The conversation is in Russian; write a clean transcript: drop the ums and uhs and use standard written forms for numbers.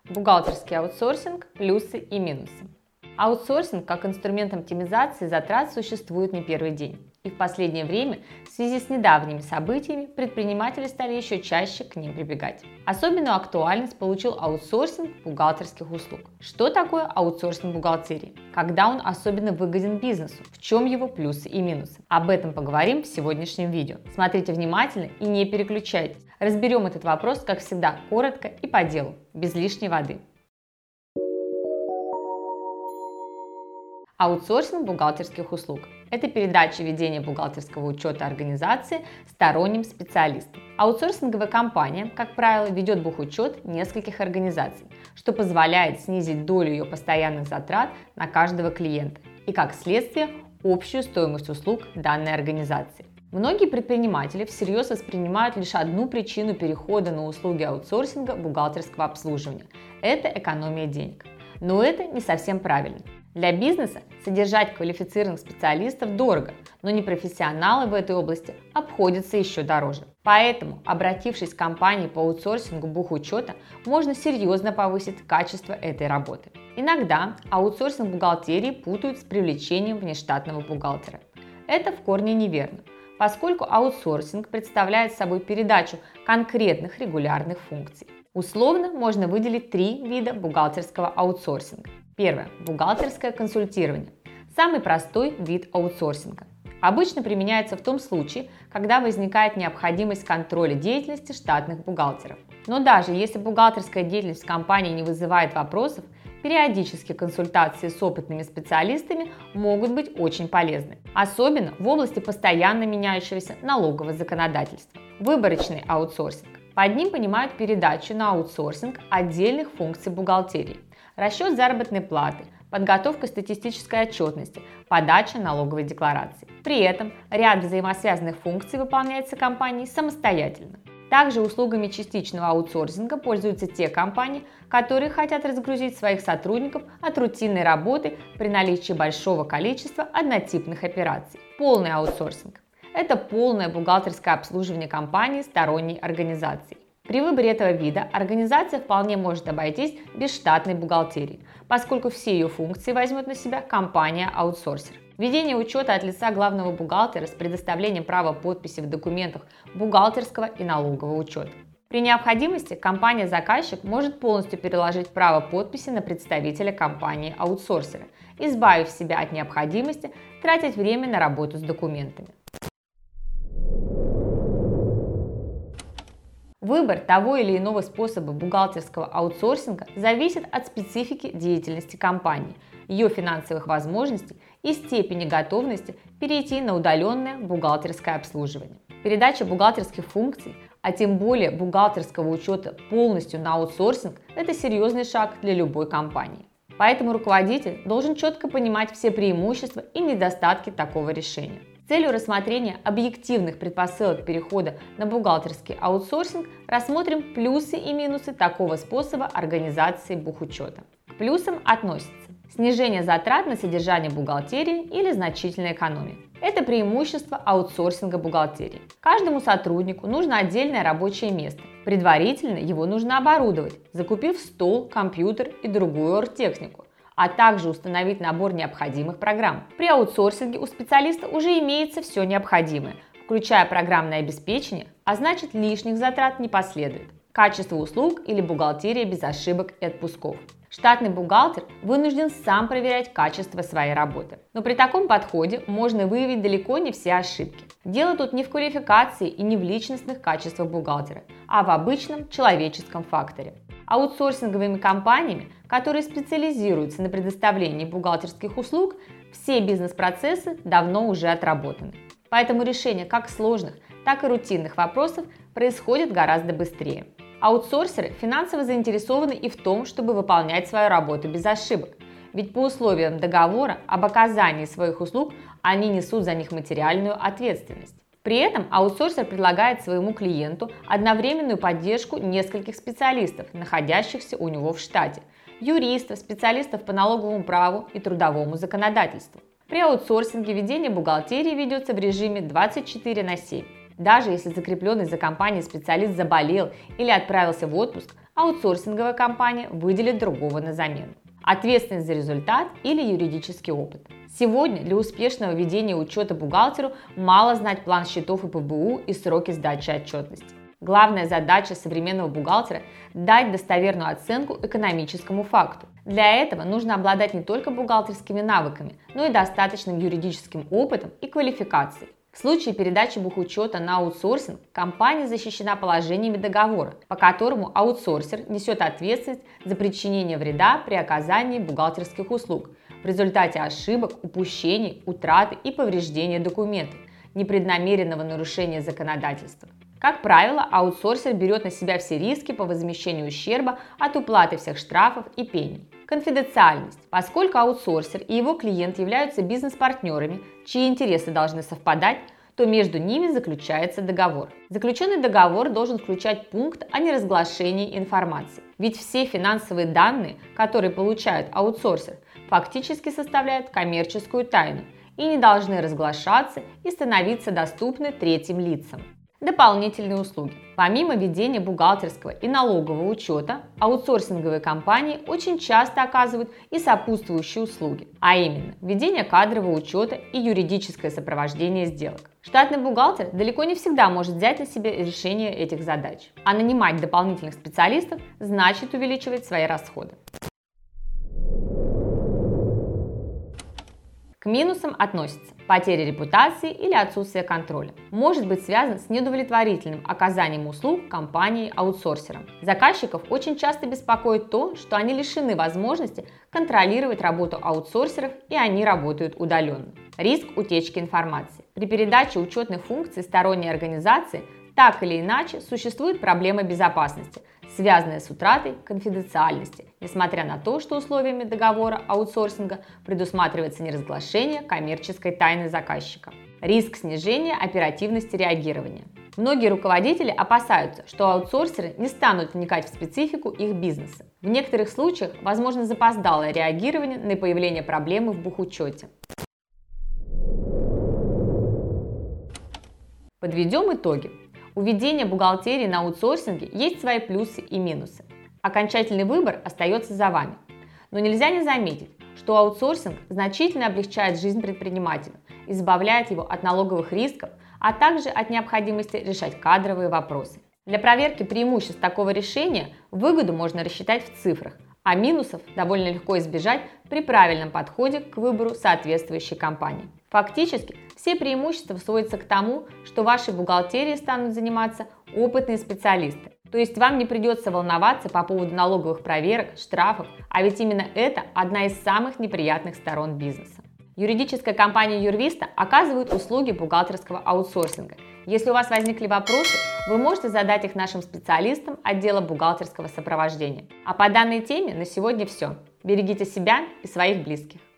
Бухгалтерский аутсорсинг, плюсы и минусы. Аутсорсинг как инструмент оптимизации затрат существует не первый день. И в последнее время в связи с недавними событиями предприниматели стали еще чаще к ним прибегать. Особенную актуальность получил аутсорсинг бухгалтерских услуг. Что такое аутсорсинг бухгалтерии? Когда он особенно выгоден бизнесу? В чем его плюсы и минусы? Об этом поговорим в сегодняшнем видео. Смотрите внимательно и не переключайтесь. Разберем этот вопрос, как всегда, коротко и по делу, без лишней воды. Аутсорсинг бухгалтерских услуг – это передача ведения бухгалтерского учета организации сторонним специалистам. Аутсорсинговая компания, как правило, ведет бухучет нескольких организаций, что позволяет снизить долю ее постоянных затрат на каждого клиента и, как следствие, общую стоимость услуг данной организации. Многие предприниматели всерьез воспринимают лишь одну причину перехода на услуги аутсорсинга бухгалтерского обслуживания – это экономия денег. Но это не совсем правильно. Для бизнеса содержать квалифицированных специалистов дорого, но непрофессионалы в этой области обходятся еще дороже. Поэтому, обратившись к компании по аутсорсингу бухучета, можно серьезно повысить качество этой работы. Иногда аутсорсинг бухгалтерии путают с привлечением внештатного бухгалтера. Это в корне неверно, поскольку аутсорсинг представляет собой передачу конкретных регулярных функций. Условно можно выделить три вида бухгалтерского аутсорсинга. Первое. Бухгалтерское консультирование. Самый простой вид аутсорсинга. Обычно применяется в том случае, когда возникает необходимость контроля деятельности штатных бухгалтеров. Но даже если бухгалтерская деятельность в компании не вызывает вопросов, периодические консультации с опытными специалистами могут быть очень полезны. Особенно в области постоянно меняющегося налогового законодательства. Выборочный аутсорсинг. Под ним понимают передачу на аутсорсинг отдельных функций бухгалтерии. Расчет заработной платы, подготовка статистической отчетности, подача налоговой декларации. При этом ряд взаимосвязанных функций выполняется компанией самостоятельно. Также услугами частичного аутсорсинга пользуются те компании, которые хотят разгрузить своих сотрудников от рутинной работы при наличии большого количества однотипных операций. Полный аутсорсинг – это полное бухгалтерское обслуживание компании сторонней организации. При выборе этого вида организация вполне может обойтись без штатной бухгалтерии, поскольку все ее функции возьмет на себя компания-аутсорсер. Ведение учета от лица главного бухгалтера с предоставлением права подписи в документах бухгалтерского и налогового учета. При необходимости компания-заказчик может полностью переложить право подписи на представителя компании-аутсорсера, избавив себя от необходимости тратить время на работу с документами. Выбор того или иного способа бухгалтерского аутсорсинга зависит от специфики деятельности компании, ее финансовых возможностей и степени готовности перейти на удаленное бухгалтерское обслуживание. Передача бухгалтерских функций, а тем более бухгалтерского учета полностью на аутсорсинг – это серьезный шаг для любой компании. Поэтому руководитель должен четко понимать все преимущества и недостатки такого решения. С целью рассмотрения объективных предпосылок перехода на бухгалтерский аутсорсинг рассмотрим плюсы и минусы такого способа организации бухучета. К плюсам относятся снижение затрат на содержание бухгалтерии или значительная экономия. Это преимущество аутсорсинга бухгалтерии. Каждому сотруднику нужно отдельное рабочее место. Предварительно его нужно оборудовать, закупив стол, компьютер и другую оргтехнику, а также установить набор необходимых программ. При аутсорсинге у специалиста уже имеется все необходимое, включая программное обеспечение, а значит лишних затрат не последует. Качество услуг или бухгалтерия без ошибок и отпусков. Штатный бухгалтер вынужден сам проверять качество своей работы. Но при таком подходе можно выявить далеко не все ошибки. Дело тут не в квалификации и не в личностных качествах бухгалтера, а в обычном человеческом факторе. Аутсорсинговыми компаниями, которые специализируются на предоставлении бухгалтерских услуг, все бизнес-процессы давно уже отработаны. Поэтому решение как сложных, так и рутинных вопросов происходит гораздо быстрее. Аутсорсеры финансово заинтересованы и в том, чтобы выполнять свою работу без ошибок, ведь по условиям договора об оказании своих услуг они несут за них материальную ответственность. При этом аутсорсер предлагает своему клиенту одновременную поддержку нескольких специалистов, находящихся у него в штате, юристов, специалистов по налоговому праву и трудовому законодательству. При аутсорсинге ведение бухгалтерии ведется в режиме 24/7. Даже если закрепленный за компанией специалист заболел или отправился в отпуск, аутсорсинговая компания выделит другого на замену. Ответственность за результат или юридический опыт. Сегодня для успешного ведения учета бухгалтеру мало знать план счетов и ПБУ и сроки сдачи отчетности. Главная задача современного бухгалтера – дать достоверную оценку экономическому факту. Для этого нужно обладать не только бухгалтерскими навыками, но и достаточным юридическим опытом и квалификацией. В случае передачи бухучета на аутсорсинг компания защищена положениями договора, по которому аутсорсер несет ответственность за причинение вреда при оказании бухгалтерских услуг в результате ошибок, упущений, утраты и повреждения документов, непреднамеренного нарушения законодательства. Как правило, аутсорсер берет на себя все риски по возмещению ущерба от уплаты всех штрафов и пений. Конфиденциальность. Поскольку аутсорсер и его клиент являются бизнес-партнерами, чьи интересы должны совпадать, то между ними заключается договор. Заключенный договор должен включать пункт о неразглашении информации. Ведь все финансовые данные, которые получает аутсорсер, фактически составляют коммерческую тайну и не должны разглашаться и становиться доступны третьим лицам. Дополнительные услуги. Помимо ведения бухгалтерского и налогового учета, аутсорсинговые компании очень часто оказывают и сопутствующие услуги, а именно ведение кадрового учета и юридическое сопровождение сделок. Штатный бухгалтер далеко не всегда может взять на себя решение этих задач, а нанимать дополнительных специалистов значит увеличивать свои расходы. К минусам относятся потеря репутации или отсутствие контроля. Может быть связан с неудовлетворительным оказанием услуг компании-аутсорсером. Заказчиков очень часто беспокоит то, что они лишены возможности контролировать работу аутсорсеров и они работают удаленно. Риск утечки информации. При передаче учетных функций сторонней организации так или иначе существует проблема безопасности, связанная с утратой конфиденциальности, несмотря на то, что условиями договора аутсорсинга предусматривается неразглашение коммерческой тайны заказчика. Риск снижения оперативности реагирования. Многие руководители опасаются, что аутсорсеры не станут вникать в специфику их бизнеса. В некоторых случаях возможно запоздалое реагирование на появление проблемы в бухучете. Подведем итоги. У ведения бухгалтерии на аутсорсинге есть свои плюсы и минусы. Окончательный выбор остается за вами. Но нельзя не заметить, что аутсорсинг значительно облегчает жизнь предпринимателя, избавляет его от налоговых рисков, а также от необходимости решать кадровые вопросы. Для проверки преимуществ такого решения выгоду можно рассчитать в цифрах, а минусов довольно легко избежать при правильном подходе к выбору соответствующей компании. Фактически, все преимущества сводятся к тому, что вашей бухгалтерией станут заниматься опытные специалисты. То есть вам не придется волноваться по поводу налоговых проверок, штрафов, а ведь именно это одна из самых неприятных сторон бизнеса. Юридическая компания Юрвиста оказывает услуги бухгалтерского аутсорсинга. Если у вас возникли вопросы, вы можете задать их нашим специалистам отдела бухгалтерского сопровождения. А по данной теме на сегодня все. Берегите себя и своих близких.